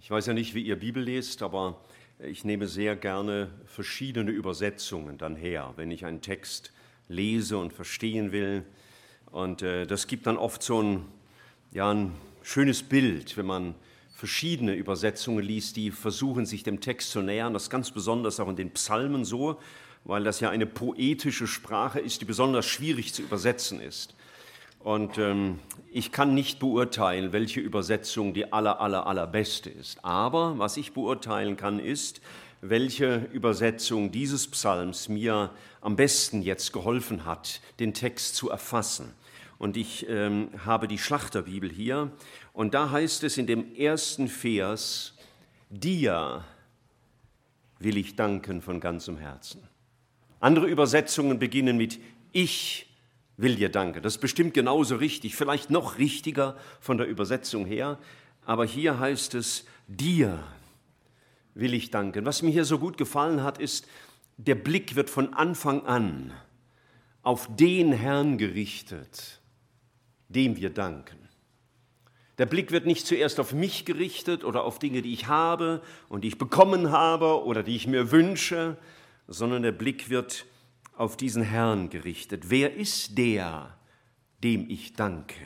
Ich weiß ja nicht, wie ihr Bibel lest, aber ich nehme sehr gerne verschiedene Übersetzungen dann her, wenn ich einen Text lese und verstehen will. Und das gibt dann oft so ein schönes Bild, wenn man verschiedene Übersetzungen liest, die versuchen, sich dem Text zu nähern. Das ist ganz besonders auch in den Psalmen so, weil das ja eine poetische Sprache ist, die besonders schwierig zu übersetzen ist. Und ich kann nicht beurteilen, welche Übersetzung die allerbeste ist. Aber was ich beurteilen kann, ist, welche Übersetzung dieses Psalms mir am besten jetzt geholfen hat, den Text zu erfassen. Und ich habe die Schlachterbibel hier. Und da heißt es in dem ersten Vers, dir will ich danken von ganzem Herzen. Andere Übersetzungen beginnen mit ich will dir danken. Das ist bestimmt genauso richtig, vielleicht noch richtiger von der Übersetzung her. Aber hier heißt es, dir will ich danken. Was mir hier so gut gefallen hat, ist, der Blick wird von Anfang an auf den Herrn gerichtet, dem wir danken. Der Blick wird nicht zuerst auf mich gerichtet oder auf Dinge, die ich habe und die ich bekommen habe oder die ich mir wünsche, sondern der Blick wird auf diesen Herrn gerichtet. Wer ist der, dem ich danke?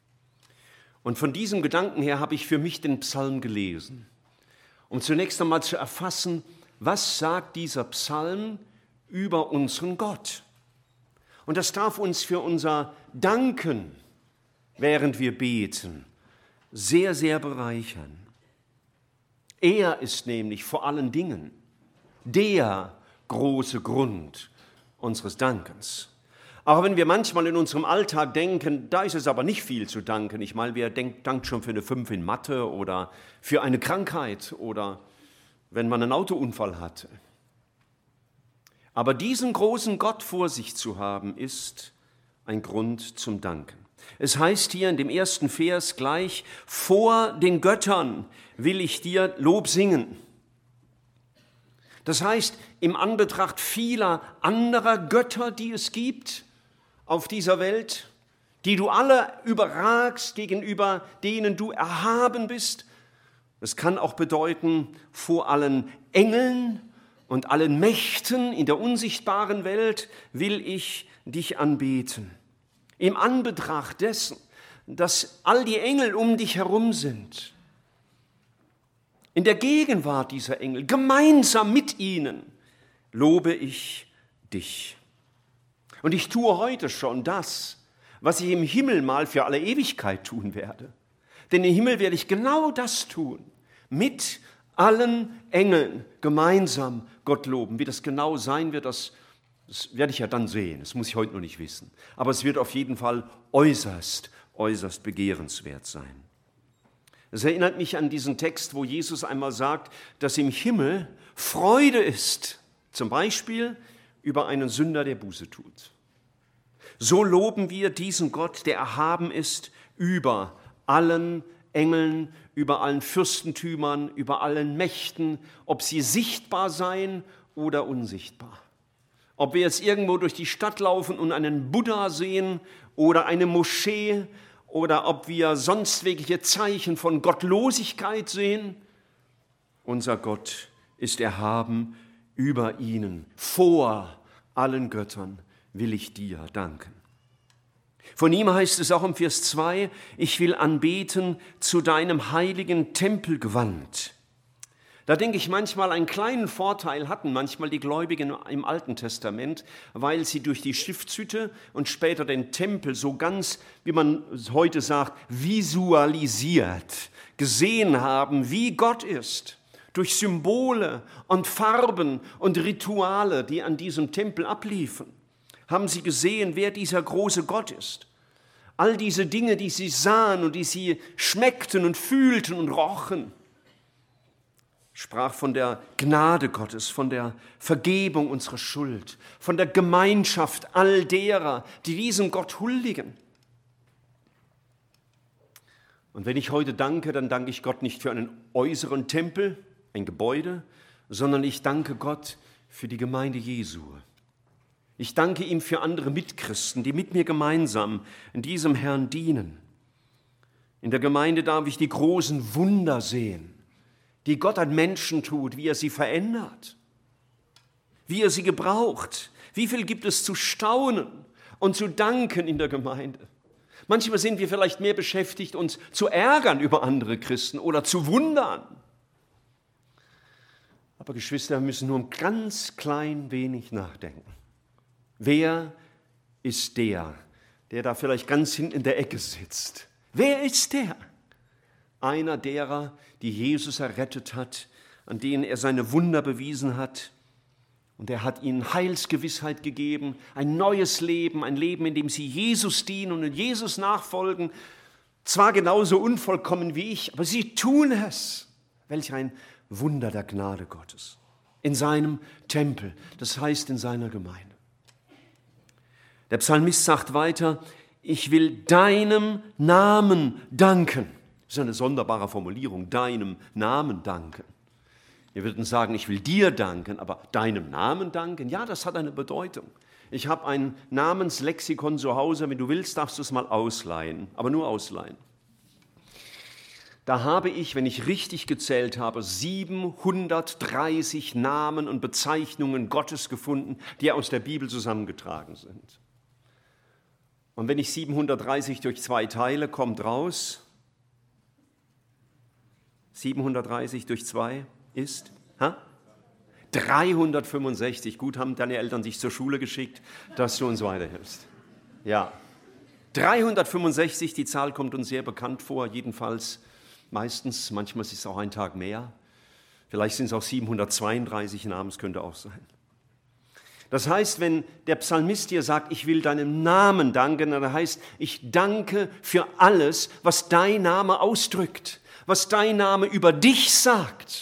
Und von diesem Gedanken her habe ich für mich den Psalm gelesen, um zunächst einmal zu erfassen, was sagt dieser Psalm über unseren Gott? Und das darf uns für unser Danken, während wir beten, sehr, sehr bereichern. Er ist nämlich vor allen Dingen der große Grund unseres Dankens. Auch wenn wir manchmal in unserem Alltag denken, da ist es aber nicht viel zu danken. Ich meine, wer dankt schon für eine 5 in Mathe oder für eine Krankheit oder wenn man einen Autounfall hatte. Aber diesen großen Gott vor sich zu haben, ist ein Grund zum Danken. Es heißt hier in dem ersten Vers gleich, vor den Göttern will ich dir Lob singen. Das heißt, im Anbetracht vieler anderer Götter, die es gibt auf dieser Welt, die du alle überragst, gegenüber denen du erhaben bist, das kann auch bedeuten, vor allen Engeln und allen Mächten in der unsichtbaren Welt will ich dich anbeten. Im Anbetracht dessen, dass all die Engel um dich herum sind, in der Gegenwart dieser Engel, gemeinsam mit ihnen, lobe ich dich. Und ich tue heute schon das, was ich im Himmel mal für alle Ewigkeit tun werde. Denn im Himmel werde ich genau das tun, mit allen Engeln gemeinsam Gott loben. Wie das genau sein wird, das werde ich ja dann sehen. Das muss ich heute noch nicht wissen. Aber es wird auf jeden Fall äußerst begehrenswert sein. Es erinnert mich an diesen Text, wo Jesus einmal sagt, dass im Himmel Freude ist, zum Beispiel über einen Sünder, der Buße tut. So loben wir diesen Gott, der erhaben ist über allen Engeln, über allen Fürstentümern, über allen Mächten, ob sie sichtbar seien oder unsichtbar. Ob wir jetzt irgendwo durch die Stadt laufen und einen Buddha sehen oder eine Moschee oder ob wir sonst welche Zeichen von Gottlosigkeit sehen, unser Gott ist erhaben über ihnen. Vor allen Göttern will ich dir danken. Von ihm heißt es auch im Vers 2, ich will anbeten zu deinem heiligen Tempelgewand. Da denke ich manchmal, einen kleinen Vorteil hatten manchmal die Gläubigen im Alten Testament, weil sie durch die Stiftshütte und später den Tempel so ganz, wie man heute sagt, visualisiert gesehen haben, wie Gott ist. Durch Symbole und Farben und Rituale, die an diesem Tempel abliefen, haben sie gesehen, wer dieser große Gott ist. All diese Dinge, die sie sahen und die sie schmeckten und fühlten und rochen, sprach von der Gnade Gottes, von der Vergebung unserer Schuld, von der Gemeinschaft all derer, die diesem Gott huldigen. Und wenn ich heute danke, dann danke ich Gott nicht für einen äußeren Tempel, ein Gebäude, sondern ich danke Gott für die Gemeinde Jesu. Ich danke ihm für andere Mitchristen, die mit mir gemeinsam in diesem Herrn dienen. In der Gemeinde darf ich die großen Wunder sehen, die Gott an Menschen tut, wie er sie verändert, wie er sie gebraucht. Wie viel gibt es zu staunen und zu danken in der Gemeinde? Manchmal sind wir vielleicht mehr beschäftigt, uns zu ärgern über andere Christen oder zu wundern. Aber Geschwister, wir müssen nur ein ganz klein wenig nachdenken. Wer ist der da vielleicht ganz hinten in der Ecke sitzt? Wer ist der? Einer derer, die Jesus errettet hat, an denen er seine Wunder bewiesen hat. Und er hat ihnen Heilsgewissheit gegeben, ein neues Leben, ein Leben, in dem sie Jesus dienen und in Jesus nachfolgen. Zwar genauso unvollkommen wie ich, aber sie tun es. Welch ein Wunder der Gnade Gottes. In seinem Tempel, das heißt in seiner Gemeinde. Der Psalmist sagt weiter, ich will deinem Namen danken. Das ist eine sonderbare Formulierung, deinem Namen danken. Wir würden sagen, ich will dir danken, aber deinem Namen danken, ja, das hat eine Bedeutung. Ich habe ein Namenslexikon zu Hause, wenn du willst, darfst du es mal ausleihen, aber nur ausleihen. Da habe ich, wenn ich richtig gezählt habe, 730 Namen und Bezeichnungen Gottes gefunden, die aus der Bibel zusammengetragen sind. Und wenn ich 730 durch 2 teile, kommt raus, 730 durch 2 ist 365. Gut, haben deine Eltern dich zur Schule geschickt, dass du uns weiterhilfst. Ja, 365, die Zahl kommt uns sehr bekannt vor, jedenfalls meistens, manchmal ist es auch ein Tag mehr. Vielleicht sind es auch 732 Namen, es könnte auch sein. Das heißt, wenn der Psalmist hier sagt, ich will deinem Namen danken, dann heißt, ich danke für alles, was dein Name ausdrückt, was dein Name über dich sagt.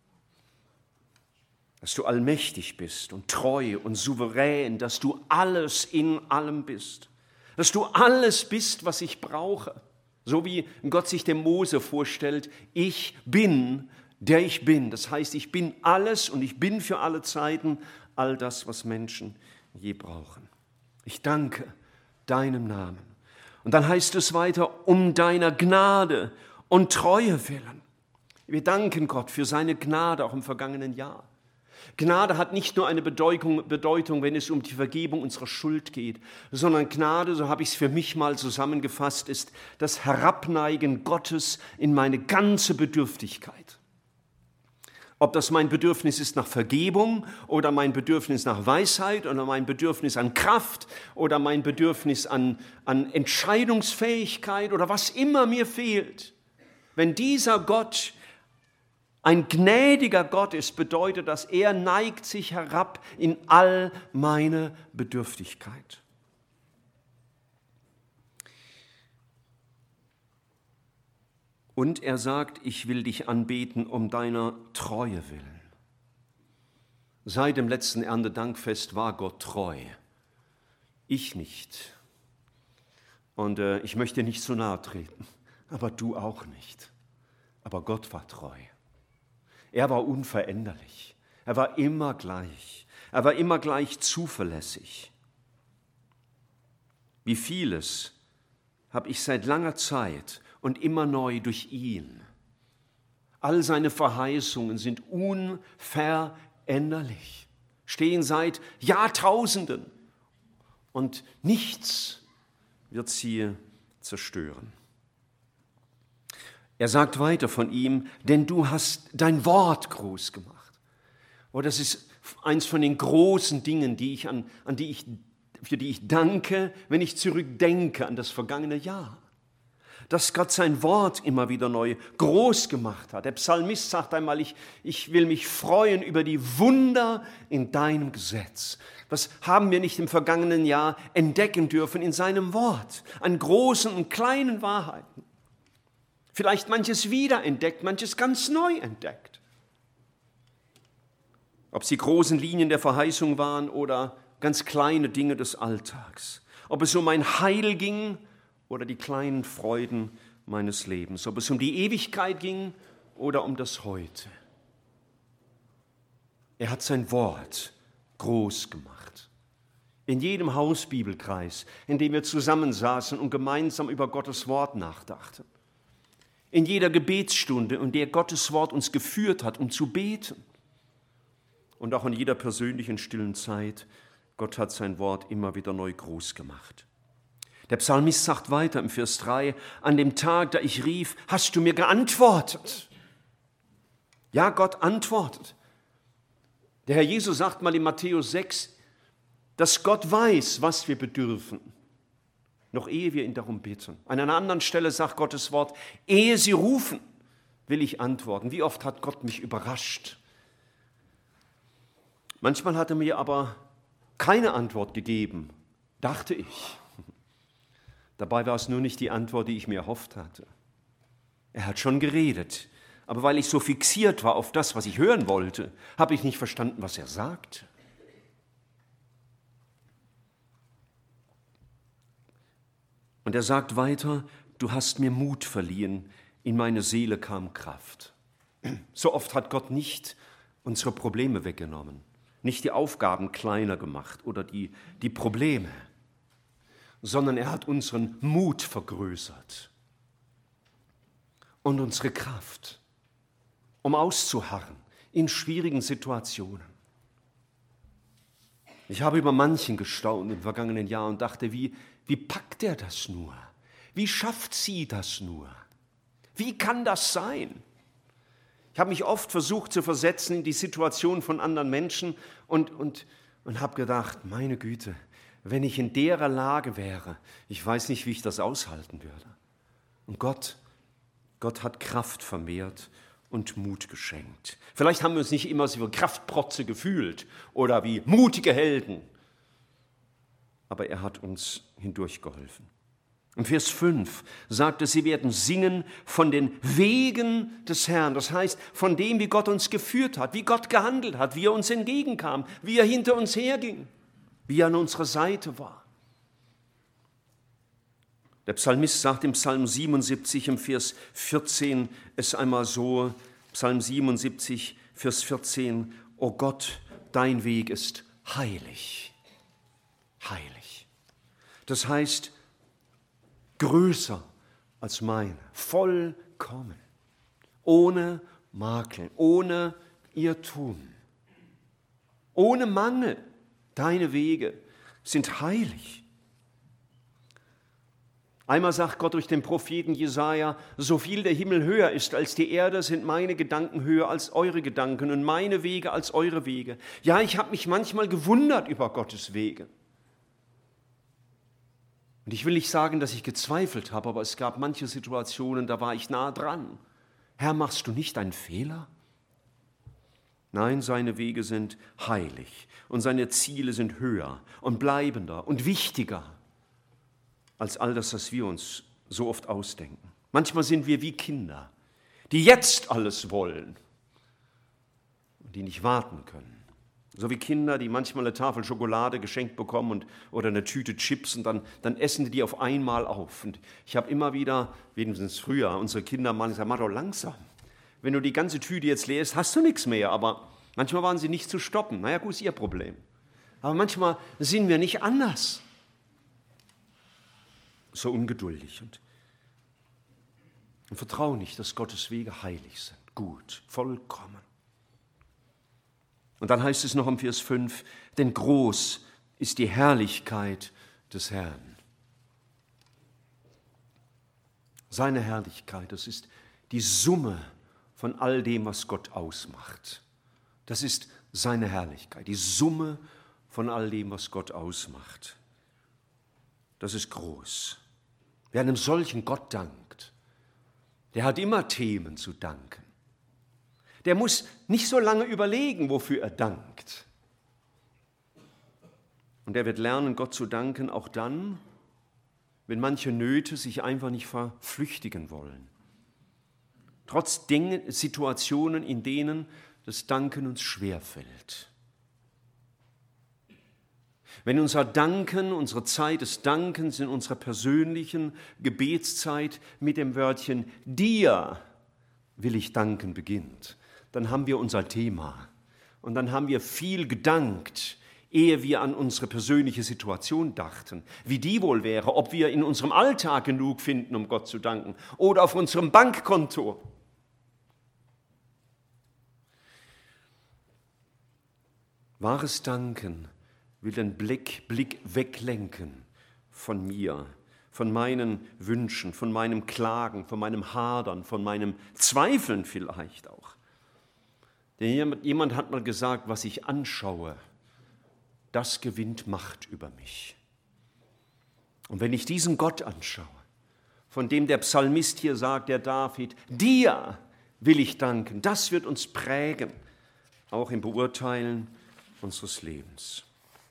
Dass du allmächtig bist und treu und souverän, dass du alles in allem bist, dass du alles bist, was ich brauche. So wie Gott sich dem Mose vorstellt, ich bin, der ich bin. Das heißt, ich bin alles und ich bin für alle Zeiten all das, was Menschen je brauchen. Ich danke deinem Namen. Und dann heißt es weiter, um deiner Gnade und Treue willen. Wir danken Gott für seine Gnade auch im vergangenen Jahr. Gnade hat nicht nur eine Bedeutung, wenn es um die Vergebung unserer Schuld geht, sondern Gnade, so habe ich es für mich mal zusammengefasst, ist das Herabneigen Gottes in meine ganze Bedürftigkeit. Ob das mein Bedürfnis ist nach Vergebung oder mein Bedürfnis nach Weisheit oder mein Bedürfnis an Kraft oder mein Bedürfnis an Entscheidungsfähigkeit oder was immer mir fehlt. Wenn dieser Gott ein gnädiger Gott ist, bedeutet das, er neigt sich herab in all meine Bedürftigkeit. Und er sagt, ich will dich anbeten um deiner Treue willen. Seit dem letzten Erntedankfest war Gott treu. Ich nicht. Und ich möchte nicht zu nahe treten, aber du auch nicht. Aber Gott war treu. Er war unveränderlich. Er war immer gleich. Er war immer gleich zuverlässig. Wie vieles habe ich seit langer Zeit und immer neu durch ihn. All seine Verheißungen sind unveränderlich, stehen seit Jahrtausenden und nichts wird sie zerstören. Er sagt weiter von ihm, denn du hast dein Wort groß gemacht. Oh, das ist eins von den großen Dingen, für die ich danke, wenn ich zurückdenke an das vergangene Jahr. Dass Gott sein Wort immer wieder neu groß gemacht hat. Der Psalmist sagt einmal, ich will mich freuen über die Wunder in deinem Gesetz. Was haben wir nicht im vergangenen Jahr entdecken dürfen in seinem Wort? An großen und kleinen Wahrheiten. Vielleicht manches wiederentdeckt, manches ganz neu entdeckt. Ob sie großen Linien der Verheißung waren oder ganz kleine Dinge des Alltags. Ob es um mein Heil ging oder die kleinen Freuden meines Lebens. Ob es um die Ewigkeit ging oder um das Heute. Er hat sein Wort groß gemacht. In jedem Hausbibelkreis, in dem wir zusammensaßen und gemeinsam über Gottes Wort nachdachten. in jeder Gebetsstunde, in der Gottes Wort uns geführt hat, um zu beten. Und auch in jeder persönlichen stillen Zeit. Gott hat sein Wort immer wieder neu groß gemacht. Der Psalmist sagt weiter im Vers 3, an dem Tag, da ich rief, hast du mir geantwortet. Ja, Gott antwortet. Der Herr Jesus sagt mal in Matthäus 6, dass Gott weiß, was wir bedürfen, noch ehe wir ihn darum bitten. An einer anderen Stelle sagt Gottes Wort, ehe sie rufen, will ich antworten. Wie oft hat Gott mich überrascht? Manchmal hat er mir aber keine Antwort gegeben, dachte ich. Dabei war es nur nicht die Antwort, die ich mir erhofft hatte. Er hat schon geredet, aber weil ich so fixiert war auf das, was ich hören wollte, habe ich nicht verstanden, was er sagte. Und er sagt weiter, du hast mir Mut verliehen, in meine Seele kam Kraft. So oft hat Gott nicht unsere Probleme weggenommen, nicht die Aufgaben kleiner gemacht oder die Probleme, sondern er hat unseren Mut vergrößert und unsere Kraft, um auszuharren in schwierigen Situationen. Ich habe über manchen gestaunt im vergangenen Jahr und dachte, wie packt er das nur? Wie schafft sie das nur? Wie kann das sein? Ich habe mich oft versucht zu versetzen in die Situation von anderen Menschen und habe gedacht, meine Güte, wenn ich in derer Lage wäre, ich weiß nicht, wie ich das aushalten würde. Und Gott hat Kraft vermehrt und Mut geschenkt. Vielleicht haben wir uns nicht immer so wie Kraftprotze gefühlt oder wie mutige Helden, aber er hat uns hindurchgeholfen. Im Vers 5 sagt es, sie werden singen von den Wegen des Herrn. Das heißt, von dem, wie Gott uns geführt hat, wie Gott gehandelt hat, wie er uns entgegenkam, wie er hinter uns herging, wie er an unserer Seite war. Der Psalmist sagt im Psalm 77 im Vers 14 es einmal so, Psalm 77, Vers 14, O Gott, dein Weg ist heilig. Heilig. Das heißt, größer als meine, vollkommen, ohne Makel, ohne Irrtum, ohne Mangel. Deine Wege sind heilig. Einmal sagt Gott durch den Propheten Jesaja, so viel der Himmel höher ist als die Erde, sind meine Gedanken höher als eure Gedanken und meine Wege als eure Wege. Ja, ich habe mich manchmal gewundert über Gottes Wege. Und ich will nicht sagen, dass ich gezweifelt habe, aber es gab manche Situationen, da war ich nah dran. Herr, machst du nicht einen Fehler? Nein, seine Wege sind heilig und seine Ziele sind höher und bleibender und wichtiger als all das, was wir uns so oft ausdenken. Manchmal sind wir wie Kinder, die jetzt alles wollen und die nicht warten können. So wie Kinder, die manchmal eine Tafel Schokolade geschenkt bekommen oder eine Tüte Chips und dann essen die auf einmal auf. Und ich habe immer wieder, wenigstens früher, unsere Kinder mal gesagt, mach doch langsam. Wenn du die ganze Tüte jetzt leer isst, hast du nichts mehr. Aber manchmal waren sie nicht zu stoppen. Naja, gut, ist ihr Problem. Aber manchmal sind wir nicht anders. So ungeduldig und vertraue nicht, dass Gottes Wege heilig sind, gut, vollkommen. Und dann heißt es noch im Vers 5, denn groß ist die Herrlichkeit des Herrn. Seine Herrlichkeit, das ist die Summe von all dem, was Gott ausmacht. Das ist seine Herrlichkeit, die Summe von all dem, was Gott ausmacht. Das ist groß. Wer einem solchen Gott dankt, der hat immer Themen zu danken. Der muss nicht so lange überlegen, wofür er dankt. Und er wird lernen, Gott zu danken, auch dann, wenn manche Nöte sich einfach nicht verflüchtigen wollen. Trotz Situationen, in denen das Danken uns schwerfällt. Wenn unser Danken, unsere Zeit des Dankens in unserer persönlichen Gebetszeit mit dem Wörtchen dir will ich danken beginnt, dann haben wir unser Thema und dann haben wir viel gedankt ehe wir an unsere persönliche Situation dachten, wie die wohl wäre, ob wir in unserem Alltag genug finden, um Gott zu danken, oder auf unserem Bankkonto. Wahres Danken will den Blick weglenken von mir, von meinen Wünschen, von meinem Klagen, von meinem Hadern, von meinem Zweifeln vielleicht auch. Denn jemand hat mal gesagt, was ich anschaue, das gewinnt Macht über mich. Und wenn ich diesen Gott anschaue, von dem der Psalmist hier sagt, der David, dir will ich danken, das wird uns prägen, auch im Beurteilen unseres Lebens.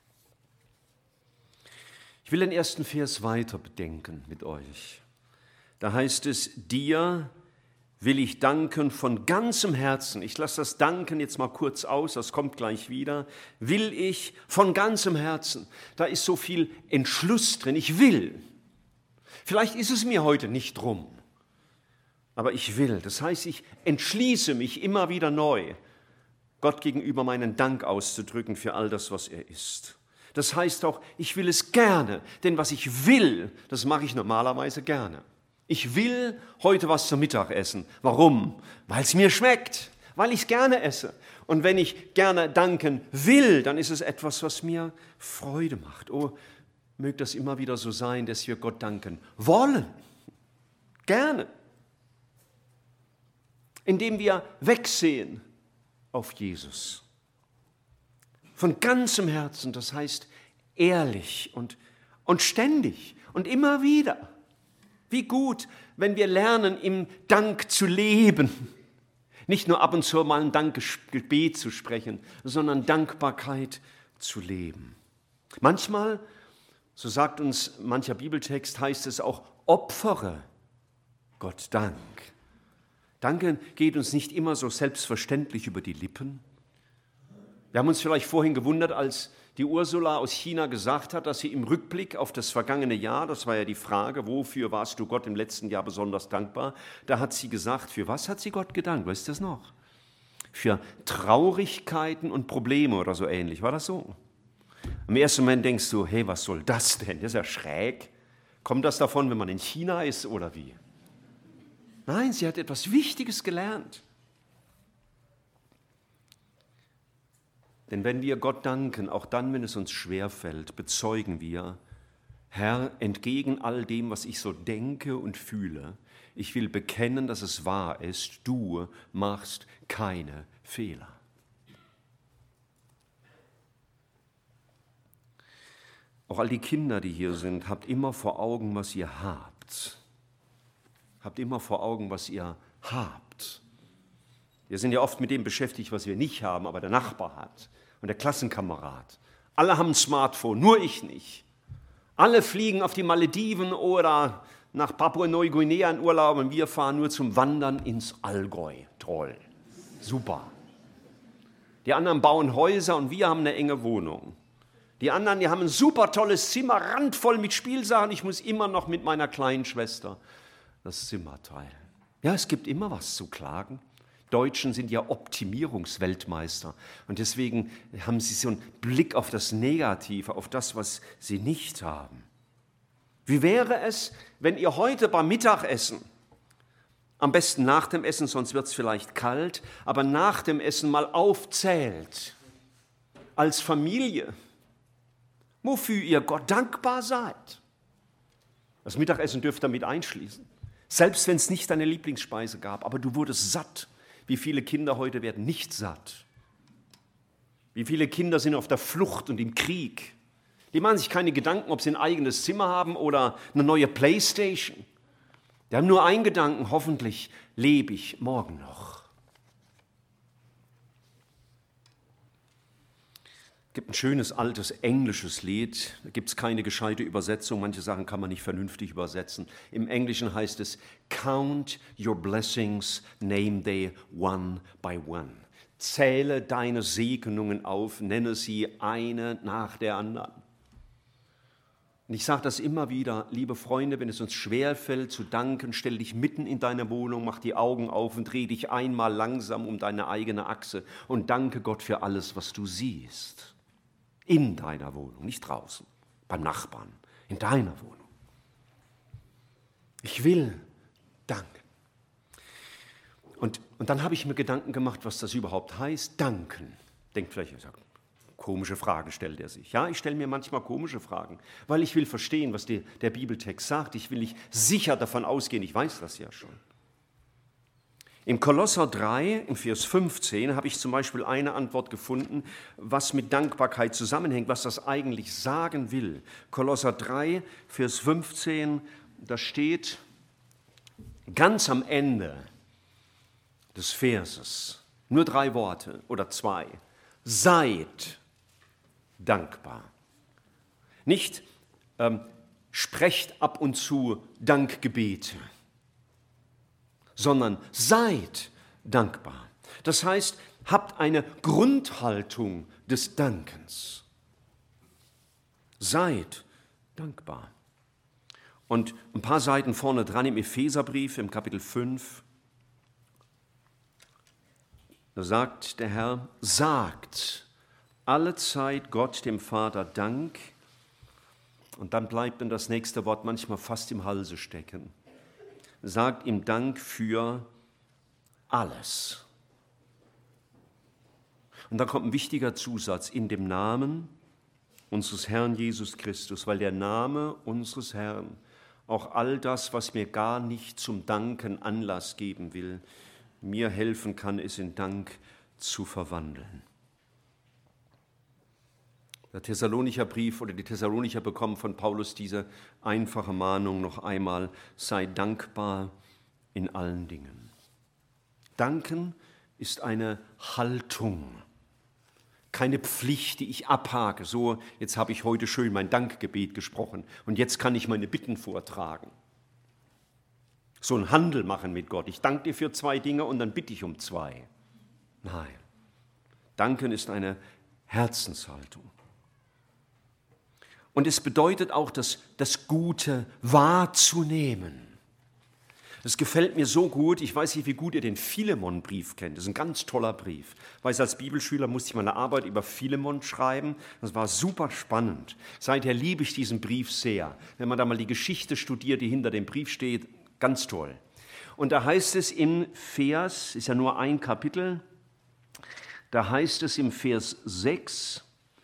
Ich will den ersten Vers weiter bedenken mit euch. Da heißt es, dir will ich danken von ganzem Herzen. Ich lasse das Danken jetzt mal kurz aus, das kommt gleich wieder. Will ich von ganzem Herzen. Da ist so viel Entschluss drin. Ich will. Vielleicht ist es mir heute nicht drum, aber ich will. Das heißt, ich entschließe mich immer wieder neu, Gott gegenüber meinen Dank auszudrücken für all das, was er ist. Das heißt auch, ich will es gerne, denn was ich will, das mache ich normalerweise gerne. Ich will heute was zum Mittagessen. Warum? Weil es mir schmeckt, weil ich es gerne esse. Und wenn ich gerne danken will, dann ist es etwas, was mir Freude macht. Oh, möge das immer wieder so sein, dass wir Gott danken wollen. Gerne. Indem wir wegsehen auf Jesus. Von ganzem Herzen, das heißt ehrlich und ständig und immer wieder. Wie gut, wenn wir lernen, im Dank zu leben. Nicht nur ab und zu mal ein Dankgebet zu sprechen, sondern Dankbarkeit zu leben. Manchmal, so sagt uns mancher Bibeltext, heißt es auch, opfere Gott Dank. Danken geht uns nicht immer so selbstverständlich über die Lippen. Wir haben uns vielleicht vorhin gewundert, als die Ursula aus China gesagt hat, dass sie im Rückblick auf das vergangene Jahr, das war ja die Frage, wofür warst du Gott im letzten Jahr besonders dankbar? Da hat sie gesagt, für was hat sie Gott gedankt? Weißt du das noch? Für Traurigkeiten und Probleme oder so ähnlich. War das so? Im ersten Moment denkst du, hey, was soll das denn? Das ist ja schräg. Kommt das davon, wenn man in China ist oder wie? Nein, sie hat etwas Wichtiges gelernt. Denn wenn wir Gott danken, auch dann, wenn es uns schwerfällt, bezeugen wir, Herr, entgegen all dem, was ich so denke und fühle, ich will bekennen, dass es wahr ist, du machst keine Fehler. Auch all die Kinder, die hier sind, habt immer vor Augen, was ihr habt. Habt immer vor Augen, was ihr habt. Wir sind ja oft mit dem beschäftigt, was wir nicht haben, aber der Nachbar hat und der Klassenkamerad. Alle haben ein Smartphone, nur ich nicht. Alle fliegen auf die Malediven oder nach Papua-Neuguinea in Urlaub und wir fahren nur zum Wandern ins Allgäu. Toll, super. Die anderen bauen Häuser und wir haben eine enge Wohnung. Die anderen, die haben ein super tolles Zimmer, randvoll mit Spielsachen. Ich muss immer noch mit meiner kleinen Schwester das Zimmer teilen. Ja, es gibt immer was zu klagen. Deutschen sind ja Optimierungsweltmeister und deswegen haben sie so einen Blick auf das Negative, auf das, was sie nicht haben. Wie wäre es, wenn ihr heute beim Mittagessen, am besten nach dem Essen, sonst wird es vielleicht kalt, aber nach dem Essen mal aufzählt, als Familie, wofür ihr Gott dankbar seid? Das Mittagessen dürft ihr mit einschließen. Selbst wenn es nicht deine Lieblingsspeise gab, aber du wurdest satt. Wie viele Kinder heute werden nicht satt? Wie viele Kinder sind auf der Flucht und im Krieg? Die machen sich keine Gedanken, ob sie ein eigenes Zimmer haben oder eine neue Playstation. Die haben nur einen Gedanken, hoffentlich lebe ich morgen noch. Es gibt ein schönes altes englisches Lied, da gibt es keine gescheite Übersetzung, manche Sachen kann man nicht vernünftig übersetzen. Im Englischen heißt es, Count your blessings, name they one by one. Zähle deine Segnungen auf, nenne sie eine nach der anderen. Und ich sage das immer wieder, liebe Freunde, wenn es uns schwerfällt zu danken, stell dich mitten in deine Wohnung, mach die Augen auf und dreh dich einmal langsam um deine eigene Achse und danke Gott für alles, was du siehst. In deiner Wohnung, nicht draußen, beim Nachbarn, in deiner Wohnung. Ich will danken. Und dann habe ich mir Gedanken gemacht, was das überhaupt heißt, danken. Denkt vielleicht, ich sage, komische Frage stellt er sich. Ja, ich stelle mir manchmal komische Fragen, weil ich will verstehen, was der Bibeltext sagt. Ich will nicht sicher davon ausgehen, ich weiß das ja schon. Im Kolosser 3, im Vers 15, habe ich zum Beispiel eine Antwort gefunden, was mit Dankbarkeit zusammenhängt, was das eigentlich sagen will. Kolosser 3, Vers 15, da steht ganz am Ende des Verses, nur 3 Worte oder 2, seid dankbar. Nicht sprecht ab und zu Dankgebete, sondern seid dankbar. Das heißt, habt eine Grundhaltung des Dankens. Seid dankbar. Und ein paar Seiten vorne dran im Epheserbrief, im Kapitel 5, da sagt der Herr, sagt allezeit Gott dem Vater Dank. Und dann bleibt dann das nächste Wort manchmal fast im Halse stecken. Sagt ihm Dank für alles. Und da kommt ein wichtiger Zusatz, in dem Namen unseres Herrn Jesus Christus, weil der Name unseres Herrn auch all das, was mir gar nicht zum Danken Anlass geben will, mir helfen kann, es in Dank zu verwandeln. Der Thessalonicher Brief oder die Thessalonicher bekommen von Paulus diese einfache Mahnung noch einmal, sei dankbar in allen Dingen. Danken ist eine Haltung, keine Pflicht, die ich abhake. So, jetzt habe ich heute schön mein Dankgebet gesprochen und jetzt kann ich meine Bitten vortragen. So ein Handel machen mit Gott. Ich danke dir für 2 Dinge und dann bitte ich um 2. Nein, Danken ist eine Herzenshaltung. Und es bedeutet auch, das Gute wahrzunehmen. Das gefällt mir so gut. Ich weiß nicht, wie gut ihr den Philemon-Brief kennt. Das ist ein ganz toller Brief. Ich weiß, als Bibelschüler musste ich meine Arbeit über Philemon schreiben. Das war super spannend. Seither liebe ich diesen Brief sehr. Wenn man da mal die Geschichte studiert, die hinter dem Brief steht, ganz toll. Und da heißt es im Vers, ist ja nur ein Kapitel, da heißt es im Vers 6,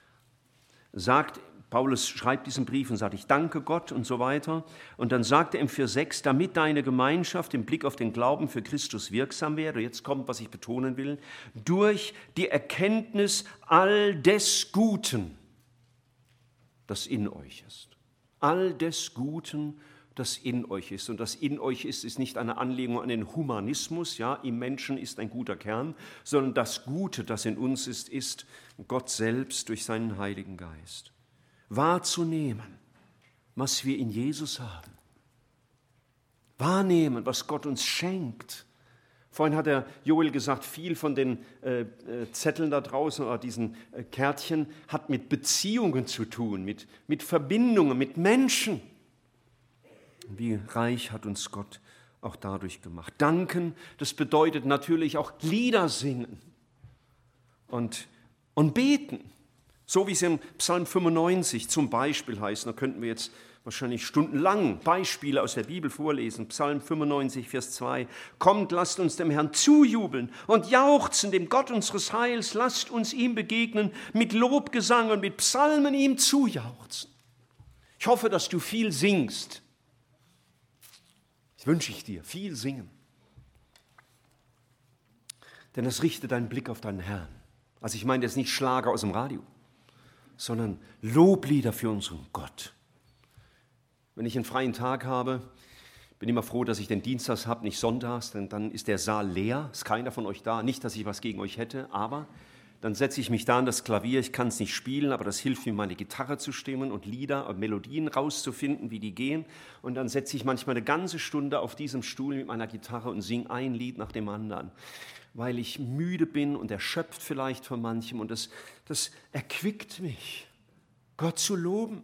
Paulus schreibt diesen Brief und sagt, ich danke Gott und so weiter. Und dann sagt er im Vers 6, damit deine Gemeinschaft im Blick auf den Glauben für Christus wirksam werde, jetzt kommt, was ich betonen will, durch die Erkenntnis all des Guten, das in euch ist. All des Guten, das in euch ist. Und das in euch ist nicht eine Anlehnung an den Humanismus, ja, im Menschen ist ein guter Kern, sondern das Gute, das in uns ist Gott selbst durch seinen Heiligen Geist. Wahrzunehmen, was wir in Jesus haben. Wahrnehmen, was Gott uns schenkt. Vorhin hat der Joel gesagt, viel von den Zetteln da draußen oder diesen Kärtchen hat mit Beziehungen zu tun, mit Verbindungen, mit Menschen. Wie reich hat uns Gott auch dadurch gemacht. Danken, das bedeutet natürlich auch Lieder singen und beten. So wie es im Psalm 95 zum Beispiel heißt, da könnten wir jetzt wahrscheinlich stundenlang Beispiele aus der Bibel vorlesen. Psalm 95, Vers 2. Kommt, lasst uns dem Herrn zujubeln und jauchzen, dem Gott unseres Heils. Lasst uns ihm begegnen, mit Lobgesang und mit Psalmen ihm zujauchzen. Ich hoffe, dass du viel singst. Das wünsche ich dir, viel singen. Denn es richtet deinen Blick auf deinen Herrn. Also ich meine jetzt nicht Schlager aus dem Radio, sondern Loblieder für unseren Gott. Wenn ich einen freien Tag habe, bin ich immer froh, dass ich den Dienstags habe, nicht sonntags, denn dann ist der Saal leer, ist keiner von euch da. Nicht, dass ich was gegen euch hätte, aber dann setze ich mich da an das Klavier, ich kann es nicht spielen, aber das hilft mir, meine Gitarre zu stimmen und Lieder und Melodien rauszufinden, wie die gehen. Und dann setze ich manchmal eine ganze Stunde auf diesem Stuhl mit meiner Gitarre und singe ein Lied nach dem anderen, weil ich müde bin und erschöpft vielleicht von manchem. Und das erquickt mich, Gott zu loben.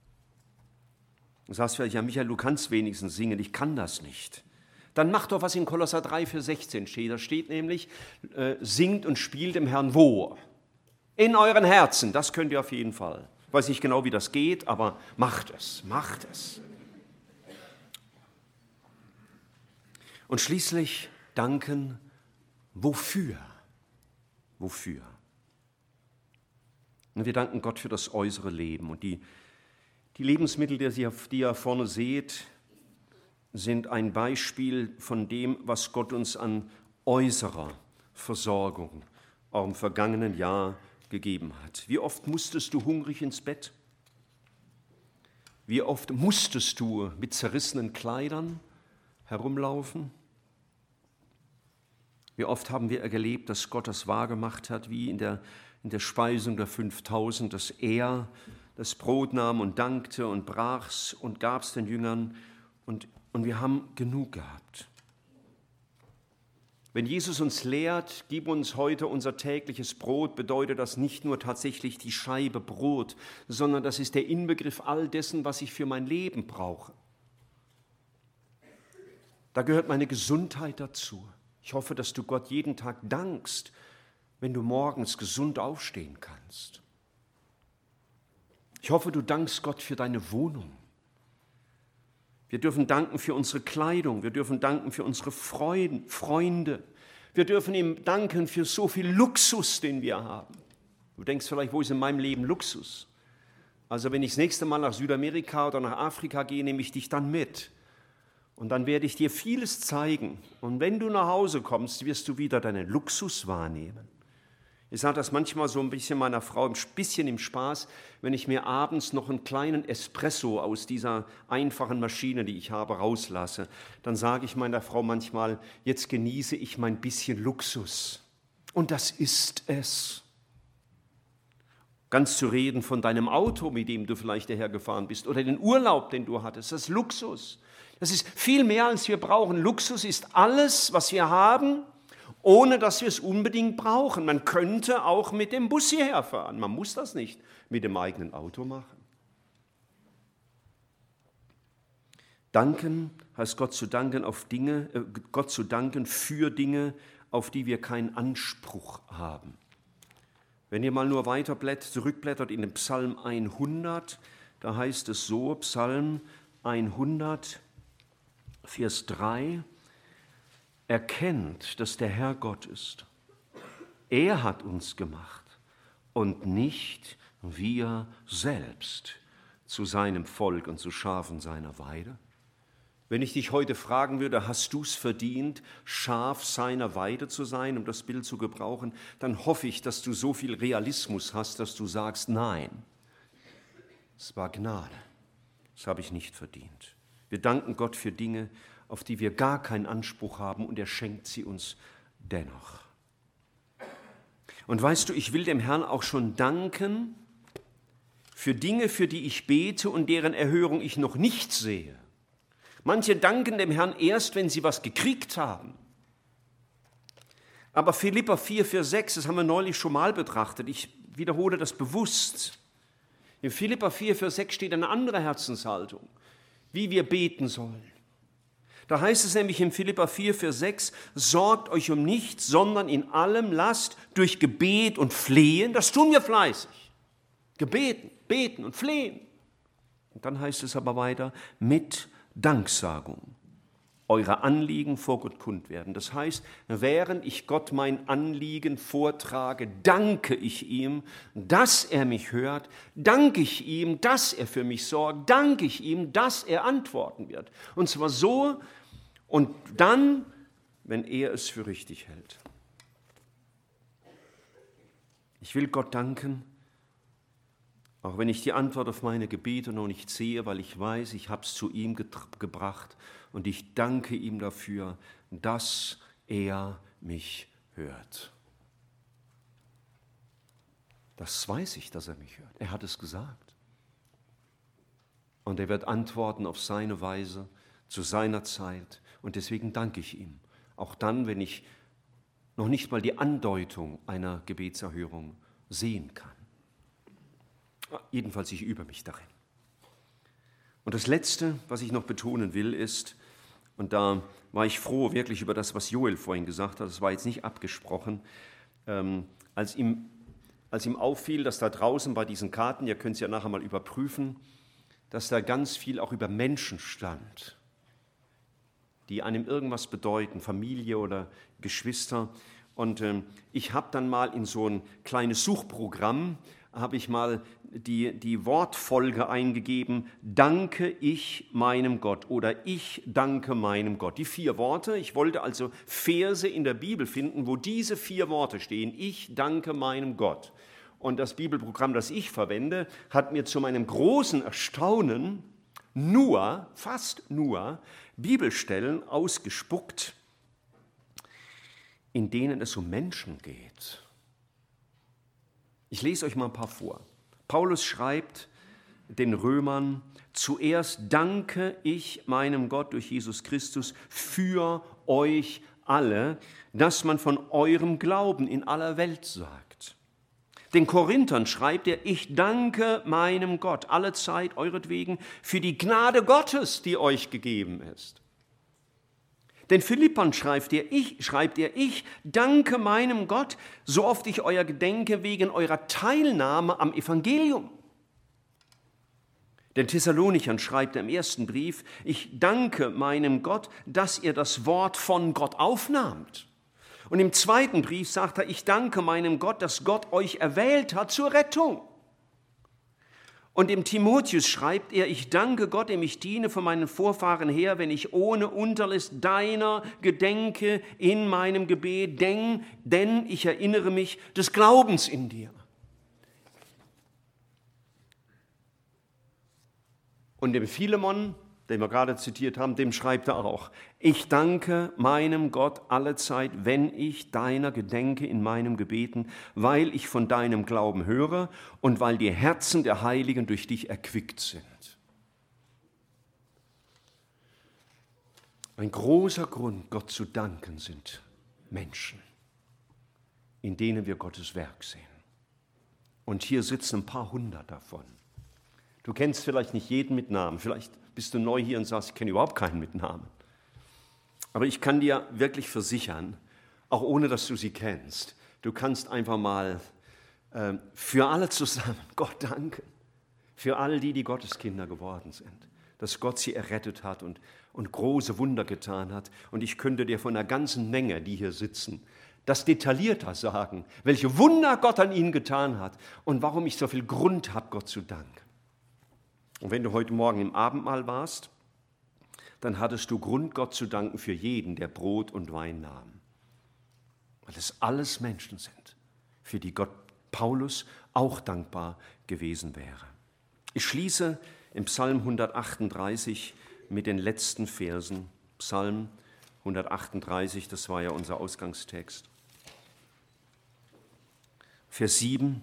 Du sagst vielleicht, ja Michael, du kannst wenigstens singen, ich kann das nicht. Dann mach doch, was in Kolosser 3, Vers 16 steht. Da steht nämlich, singt und spielt dem Herrn wo? In euren Herzen, das könnt ihr auf jeden Fall. Ich weiß nicht genau, wie das geht, aber macht es, macht es. Und schließlich danken, wofür? Wofür? Und wir danken Gott für das äußere Leben. Und die Lebensmittel, die ihr vorne seht, sind ein Beispiel von dem, was Gott uns an äußerer Versorgung auch im vergangenen Jahr gegeben hat. Wie oft musstest du hungrig ins Bett? Wie oft musstest du mit zerrissenen Kleidern herumlaufen? Wie oft haben wir erlebt, dass Gott das wahrgemacht hat, wie in der Speisung der 5000, dass er das Brot nahm und dankte und brach's und gab's den Jüngern und wir haben genug gehabt. Wenn Jesus uns lehrt, gib uns heute unser tägliches Brot, bedeutet das nicht nur tatsächlich die Scheibe Brot, sondern das ist der Inbegriff all dessen, was ich für mein Leben brauche. Da gehört meine Gesundheit dazu. Ich hoffe, dass du Gott jeden Tag dankst, wenn du morgens gesund aufstehen kannst. Ich hoffe, du dankst Gott für deine Wohnung. Wir dürfen danken für unsere Kleidung, wir dürfen danken für unsere Freunde. Wir dürfen ihm danken für so viel Luxus, den wir haben. Du denkst vielleicht, wo ist in meinem Leben Luxus? Also wenn ich das nächste Mal nach Südamerika oder nach Afrika gehe, nehme ich dich dann mit. Und dann werde ich dir vieles zeigen. Und wenn du nach Hause kommst, wirst du wieder deinen Luxus wahrnehmen. Ich sage das manchmal so ein bisschen meiner Frau, ein bisschen im Spaß, wenn ich mir abends noch einen kleinen Espresso aus dieser einfachen Maschine, die ich habe, rauslasse. Dann sage ich meiner Frau manchmal, jetzt genieße ich mein bisschen Luxus. Und das ist es. Ganz zu reden von deinem Auto, mit dem du vielleicht dahergefahren bist, oder den Urlaub, den du hattest, das ist Luxus. Das ist viel mehr, als wir brauchen. Luxus ist alles, was wir haben, ohne dass wir es unbedingt brauchen. Man könnte auch mit dem Bus hierher fahren. Man muss das nicht mit dem eigenen Auto machen. Danken heißt Gott zu danken für Dinge, auf die wir keinen Anspruch haben. Wenn ihr mal nur zurückblättert in den Psalm 100, da heißt es so, Psalm 100, Vers 3, erkennt, dass der Herr Gott ist. Er hat uns gemacht und nicht wir selbst zu seinem Volk und zu Schafen seiner Weide. Wenn ich dich heute fragen würde, hast du es verdient, Schaf seiner Weide zu sein, um das Bild zu gebrauchen, dann hoffe ich, dass du so viel Realismus hast, dass du sagst, nein, es war Gnade, das habe ich nicht verdient. Wir danken Gott für Dinge, auf die wir gar keinen Anspruch haben, und er schenkt sie uns dennoch. Und weißt du, ich will dem Herrn auch schon danken für Dinge, für die ich bete und deren Erhörung ich noch nicht sehe. Manche danken dem Herrn erst, wenn sie was gekriegt haben. Aber Philipper 4, Vers 6, das haben wir neulich schon mal betrachtet, ich wiederhole das bewusst. In Philipper 4, Vers 6 steht eine andere Herzenshaltung, wie wir beten sollen. Da heißt es nämlich in Philipper 4, Vers 6, sorgt euch um nichts, sondern in allem lasst durch Gebet und Flehen, das tun wir fleißig, gebeten, beten und flehen. Und dann heißt es aber weiter, mit Danksagung eure Anliegen vor Gott kund werden. Das heißt, während ich Gott mein Anliegen vortrage, danke ich ihm, dass er mich hört, danke ich ihm, dass er für mich sorgt, danke ich ihm, dass er antworten wird. Und zwar so und dann, wenn er es für richtig hält. Ich will Gott danken, auch wenn ich die Antwort auf meine Gebete noch nicht sehe, weil ich weiß, ich habe es zu ihm gebracht und ich danke ihm dafür, dass er mich hört. Das weiß ich, dass er mich hört. Er hat es gesagt. Und er wird antworten auf seine Weise, zu seiner Zeit. Und deswegen danke ich ihm. Auch dann, wenn ich noch nicht mal die Andeutung einer Gebetserhörung sehen kann. Jedenfalls, ich übe mich darin. Und das Letzte, was ich noch betonen will, ist, und da war ich froh wirklich über das, was Joel vorhin gesagt hat, das war jetzt nicht abgesprochen, als ihm als ihm auffiel, dass da draußen bei diesen Karten, ihr könnt es ja nachher mal überprüfen, dass da ganz viel auch über Menschen stand, die einem irgendwas bedeuten, Familie oder Geschwister. Und ich habe dann mal in so ein kleines Suchprogramm, habe ich mal die Wortfolge eingegeben, danke ich meinem Gott oder ich danke meinem Gott. Die 4 Worte, ich wollte also Verse in der Bibel finden, wo diese 4 Worte stehen, ich danke meinem Gott. Und das Bibelprogramm, das ich verwende, hat mir zu meinem großen Erstaunen fast nur Bibelstellen ausgespuckt, in denen es um Menschen geht. Ich lese euch mal ein paar vor. Paulus schreibt den Römern, zuerst danke ich meinem Gott durch Jesus Christus für euch alle, dass man von eurem Glauben in aller Welt sagt. Den Korinthern schreibt er, ich danke meinem Gott alle Zeit euretwegen für die Gnade Gottes, die euch gegeben ist. Den Philippern schreibt er, ich danke meinem Gott, so oft ich euer gedenke, wegen eurer Teilnahme am Evangelium. Den Thessalonichern schreibt er im ersten Brief, ich danke meinem Gott, dass ihr das Wort von Gott aufnahmt. Und im zweiten Brief sagt er, ich danke meinem Gott, dass Gott euch erwählt hat zur Rettung. Und dem Timotheus schreibt er, ich danke Gott, dem ich diene von meinen Vorfahren her, wenn ich ohne Unterlass deiner gedenke in meinem Gebet, denn ich erinnere mich des Glaubens in dir. Und dem Philemon, den wir gerade zitiert haben, dem schreibt er auch, ich danke meinem Gott allezeit, wenn ich deiner gedenke in meinem Gebeten, weil ich von deinem Glauben höre und weil die Herzen der Heiligen durch dich erquickt sind. Ein großer Grund, Gott zu danken, sind Menschen, in denen wir Gottes Werk sehen. Und hier sitzen ein paar hundert davon. Du kennst vielleicht nicht jeden mit Namen, vielleicht bist du neu hier und sagst, ich kenne überhaupt keinen mit Namen. Aber ich kann dir wirklich versichern, auch ohne dass du sie kennst, du kannst einfach mal für alle zusammen Gott danken. Für all die Gotteskinder geworden sind. Dass Gott sie errettet hat und große Wunder getan hat. Und ich könnte dir von der ganzen Menge, die hier sitzen, das detaillierter sagen, welche Wunder Gott an ihnen getan hat und warum ich so viel Grund habe, Gott zu danken. Und wenn du heute Morgen im Abendmahl warst, dann hattest du Grund, Gott zu danken für jeden, der Brot und Wein nahm. Weil es alles Menschen sind, für die Gott Paulus auch dankbar gewesen wäre. Ich schließe im Psalm 138 mit den letzten Versen. Psalm 138, das war ja unser Ausgangstext. Vers 7.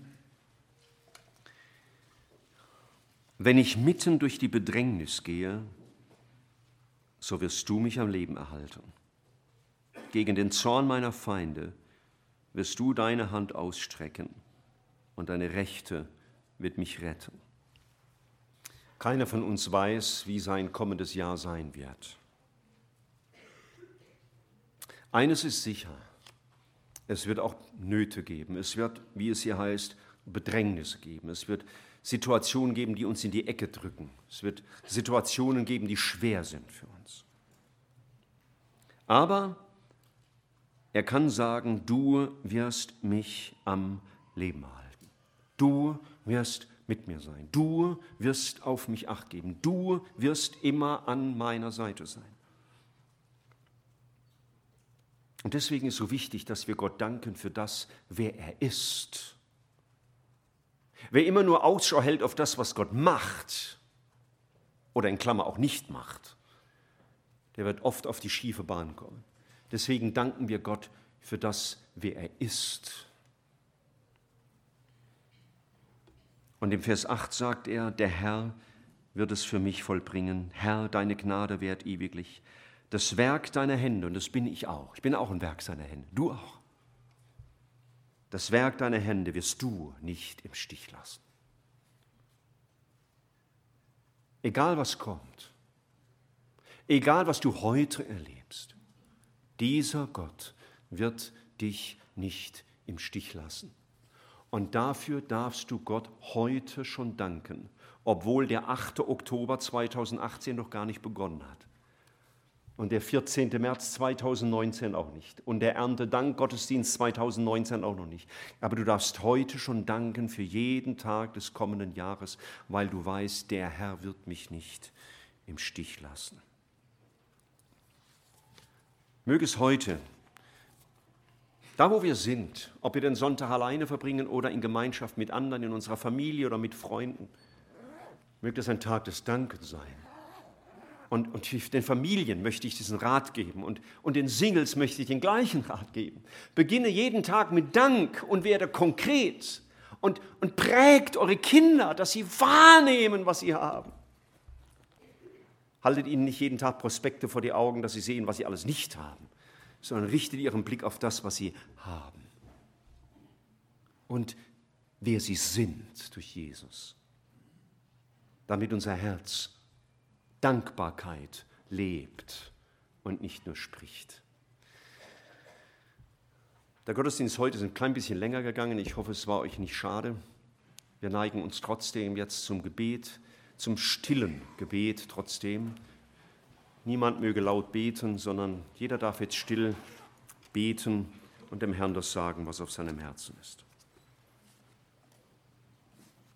Wenn ich mitten durch die Bedrängnis gehe, so wirst du mich am Leben erhalten. Gegen den Zorn meiner Feinde wirst du deine Hand ausstrecken und deine Rechte wird mich retten. Keiner von uns weiß, wie sein kommendes Jahr sein wird. Eines ist sicher, es wird auch Nöte geben. Es wird, wie es hier heißt, Bedrängnisse geben. Es wird Situationen geben, die uns in die Ecke drücken. Es wird Situationen geben, die schwer sind für uns. Aber er kann sagen, du wirst mich am Leben halten. Du wirst mit mir sein. Du wirst auf mich Acht geben. Du wirst immer an meiner Seite sein. Und deswegen ist so wichtig, dass wir Gott danken für das, wer er ist. Wer immer nur Ausschau hält auf das, was Gott macht, oder in Klammer auch nicht macht, der wird oft auf die schiefe Bahn kommen. Deswegen danken wir Gott für das, wer er ist. Und im Vers 8 sagt er, der Herr wird es für mich vollbringen. Herr, deine Gnade währt ewiglich. Das Werk deiner Hände, und das bin ich auch. Ich bin auch ein Werk seiner Hände. Du auch. Das Werk deiner Hände wirst du nicht im Stich lassen. Egal was kommt, egal was du heute erlebst, dieser Gott wird dich nicht im Stich lassen. Und dafür darfst du Gott heute schon danken, obwohl der 8. Oktober 2018 noch gar nicht begonnen hat. Und der 14. März 2019 auch nicht. Und der Erntedank-Gottesdienst 2019 auch noch nicht. Aber du darfst heute schon danken für jeden Tag des kommenden Jahres, weil du weißt, der Herr wird mich nicht im Stich lassen. Möge es heute, da wo wir sind, ob wir den Sonntag alleine verbringen oder in Gemeinschaft mit anderen, in unserer Familie oder mit Freunden, möge es ein Tag des Dankens sein. Und den Familien möchte ich diesen Rat geben und den Singles möchte ich den gleichen Rat geben. Beginne jeden Tag mit Dank und werde konkret und prägt eure Kinder, dass sie wahrnehmen, was sie haben. Haltet ihnen nicht jeden Tag Prospekte vor die Augen, dass sie sehen, was sie alles nicht haben, sondern richtet ihren Blick auf das, was sie haben. Und wer sie sind durch Jesus. Damit unser Herz Dankbarkeit lebt und nicht nur spricht. Der Gottesdienst heute ist ein klein bisschen länger gegangen. Ich hoffe, es war euch nicht schade. Wir neigen uns trotzdem jetzt zum Gebet, zum stillen Gebet trotzdem. Niemand möge laut beten, sondern jeder darf jetzt still beten und dem Herrn das sagen, was auf seinem Herzen ist.